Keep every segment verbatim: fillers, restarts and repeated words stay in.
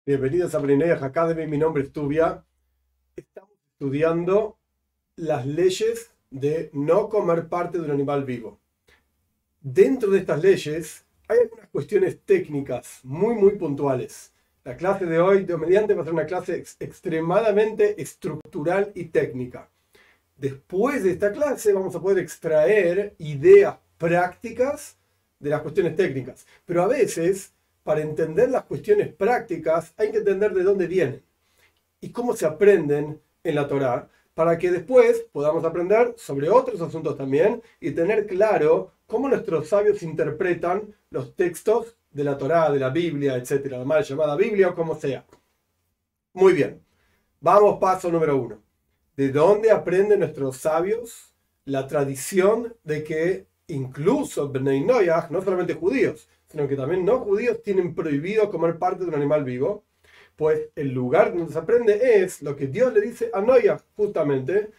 Bienvenidos a Brineyach Academy, mi nombre es Tubia. Estamos estudiando las leyes de no comer parte de un animal vivo. Dentro de estas leyes hay algunas cuestiones técnicas muy muy puntuales. La clase de hoy, Dios mediante, va a ser una clase ex extremadamente estructural y técnica. Después de esta clase vamos a poder extraer ideas prácticas de las cuestiones técnicas. Pero a veces, para entender las cuestiones prácticas, hay que entender de dónde vienen y cómo se aprenden en la Torá, para que después podamos aprender sobre otros asuntos también y tener claro cómo nuestros sabios interpretan los textos de la Torá, de la Biblia, etcétera, la mal llamada Biblia o como sea. Muy bien, vamos paso número uno. ¿De dónde aprenden nuestros sabios la tradición de que incluso Bnei Noach, no solamente judíos, sino que también no judíos tienen prohibido comer parte de un animal vivo? Pues el lugar donde se aprende es lo que Dios le dice a Noach, justamente,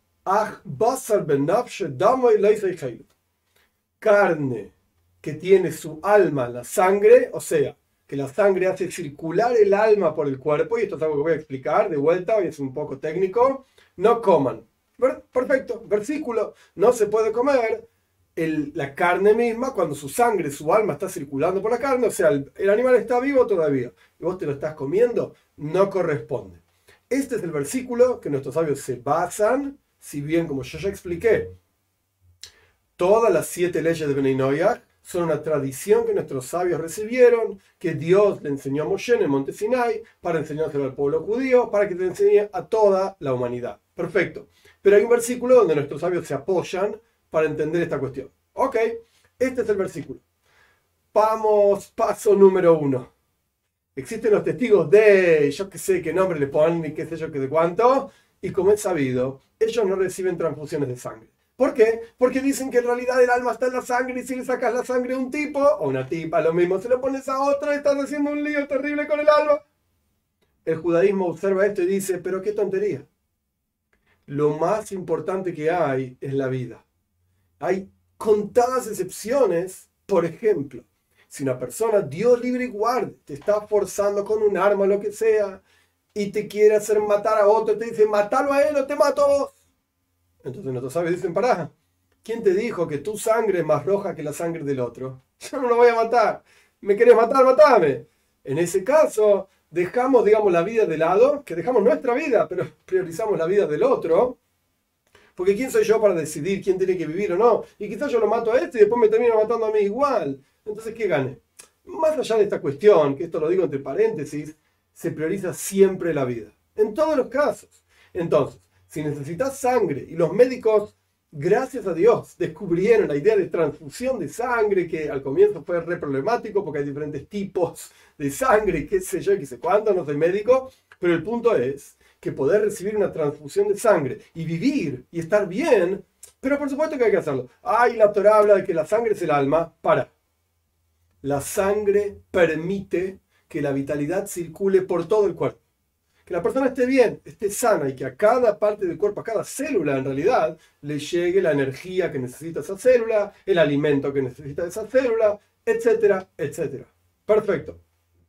carne que tiene su alma, la sangre, o sea, que la sangre hace circular el alma por el cuerpo, y esto es algo que voy a explicar de vuelta, hoy es un poco técnico, no coman. Perfecto, versículo, no se puede comer el, la carne misma cuando su sangre, su alma está circulando por la carne, o sea, el, el animal está vivo todavía, y vos te lo estás comiendo, no corresponde. Este es el versículo que nuestros sabios se basan, si bien, como yo ya expliqué, todas las siete leyes de Bnei Noach son una tradición que nuestros sabios recibieron, que Dios le enseñó a Moshe en el monte Sinai, para enseñárselo al pueblo judío, para que te enseñe a toda la humanidad. Perfecto. Pero hay un versículo donde nuestros sabios se apoyan para entender esta cuestión. Ok, este es el versículo. Vamos, paso número uno. Existen los testigos de, yo qué sé qué nombre le ponen y qué sé yo qué de cuánto, y como es sabido, ellos no reciben transfusiones de sangre. ¿Por qué? Porque dicen que en realidad el alma está en la sangre, y si le sacas la sangre a un tipo o una tipa, lo mismo, se lo pones a otra, estás haciendo un lío terrible con el alma. El judaísmo observa esto y dice, pero qué tontería. Lo más importante que hay es la vida. Hay contadas excepciones. Por ejemplo, si una persona, Dios libre y guarde, te está forzando con un arma o lo que sea, y te quiere hacer matar a otro, te dice, matalo a él o te mato a vos. Entonces nuestros sabios dicen, pará, ¿quién te dijo que tu sangre es más roja que la sangre del otro? Yo no lo voy a matar. ¿Me querés matar? Matame. En ese caso, dejamos, digamos, la vida de lado, que dejamos nuestra vida, pero priorizamos la vida del otro. Porque ¿quién soy yo para decidir quién tiene que vivir o no? Y quizás yo lo mato a este y después me termino matando a mí igual. Entonces, ¿qué gané? Más allá de esta cuestión, que esto lo digo entre paréntesis, se prioriza siempre la vida. En todos los casos. Entonces, si necesitas sangre, y los médicos, gracias a Dios, descubrieron la idea de transfusión de sangre, que al comienzo fue re problemático porque hay diferentes tipos de sangre, qué sé yo, qué sé cuánto, no soy médico, pero el punto es que poder recibir una transfusión de sangre y vivir y estar bien, pero por supuesto que hay que hacerlo. Ay, la Torá habla de que la sangre es el alma. Para. La sangre permite que la vitalidad circule por todo el cuerpo. Que la persona esté bien, esté sana y que a cada parte del cuerpo, a cada célula en realidad, le llegue la energía que necesita esa célula, el alimento que necesita esa célula, etcétera, etcétera. Perfecto.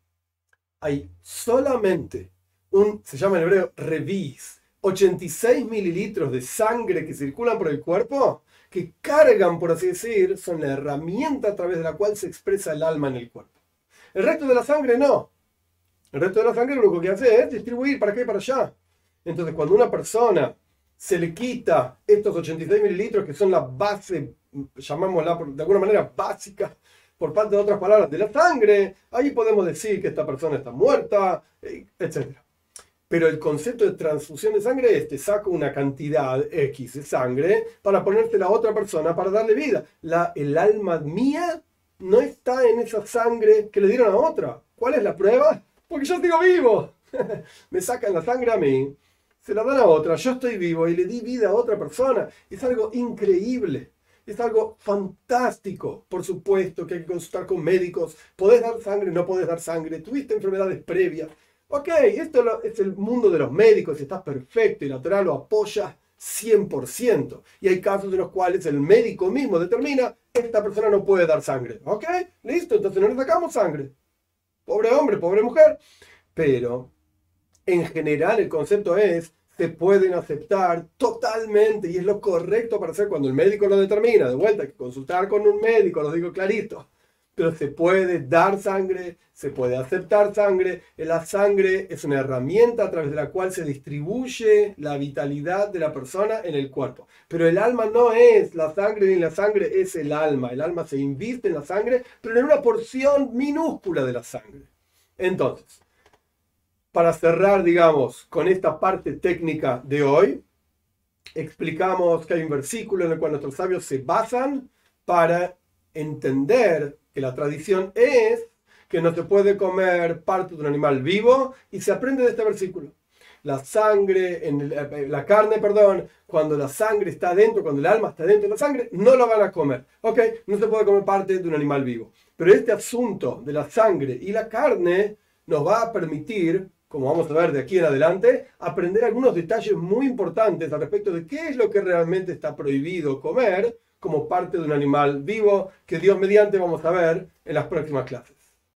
Hay solamente un, se llama en hebreo, revis, ochenta y seis mililitros de sangre que circulan por el cuerpo, que cargan, por así decir, son la herramienta a través de la cual se expresa el alma en el cuerpo. El resto de la sangre no. El resto de la sangre lo único que hace es distribuir para acá y para allá. Entonces, cuando una persona se le quita estos ochenta y seis mililitros, que son la base, llamémosla de alguna manera básica, por parte de otras palabras, de la sangre, ahí podemos decir que esta persona está muerta, etcétera. Pero el concepto de transfusión de sangre es, te saco una cantidad X de sangre para ponértela a otra persona para darle vida. La, el alma mía no está en esa sangre que le dieron a otra. ¿Cuál es la prueba? Porque yo sigo vivo. Me sacan la sangre a mí, se la dan a otra, yo estoy vivo y le di vida a otra persona. Es algo increíble, es algo fantástico. Por supuesto que hay que consultar con médicos. ¿Podés dar sangre? ¿No podés dar sangre? ¿Tuviste enfermedades previas? Ok, esto es el mundo de los médicos y está perfecto y la Torá lo apoya cien por ciento. Y hay casos en los cuales el médico mismo determina, esta persona no puede dar sangre. Ok, listo, entonces no le sacamos sangre. Pobre hombre, pobre mujer. Pero en general el concepto es, se pueden aceptar totalmente, y es lo correcto para hacer cuando el médico lo determina. De vuelta, hay que consultar con un médico, lo digo clarito. Pero se puede dar sangre, se puede aceptar sangre. La sangre es una herramienta a través de la cual se distribuye la vitalidad de la persona en el cuerpo. Pero el alma no es la sangre, ni la sangre es el alma. El alma se inviste en la sangre, pero en una porción minúscula de la sangre. Entonces, para cerrar, digamos, con esta parte técnica de hoy, explicamos que hay un versículo en el cual nuestros sabios se basan para entender que la tradición es que no se puede comer parte de un animal vivo, y se aprende de este versículo. La sangre, en la carne, perdón, cuando la sangre está dentro, cuando el alma está dentro de la sangre, no la van a comer. Ok, no se puede comer parte de un animal vivo. Pero este asunto de la sangre y la carne nos va a permitir, como vamos a ver de aquí en adelante, aprender algunos detalles muy importantes al respecto de qué es lo que realmente está prohibido comer como parte de un animal vivo, que Dios mediante vamos a ver en las próximas clases.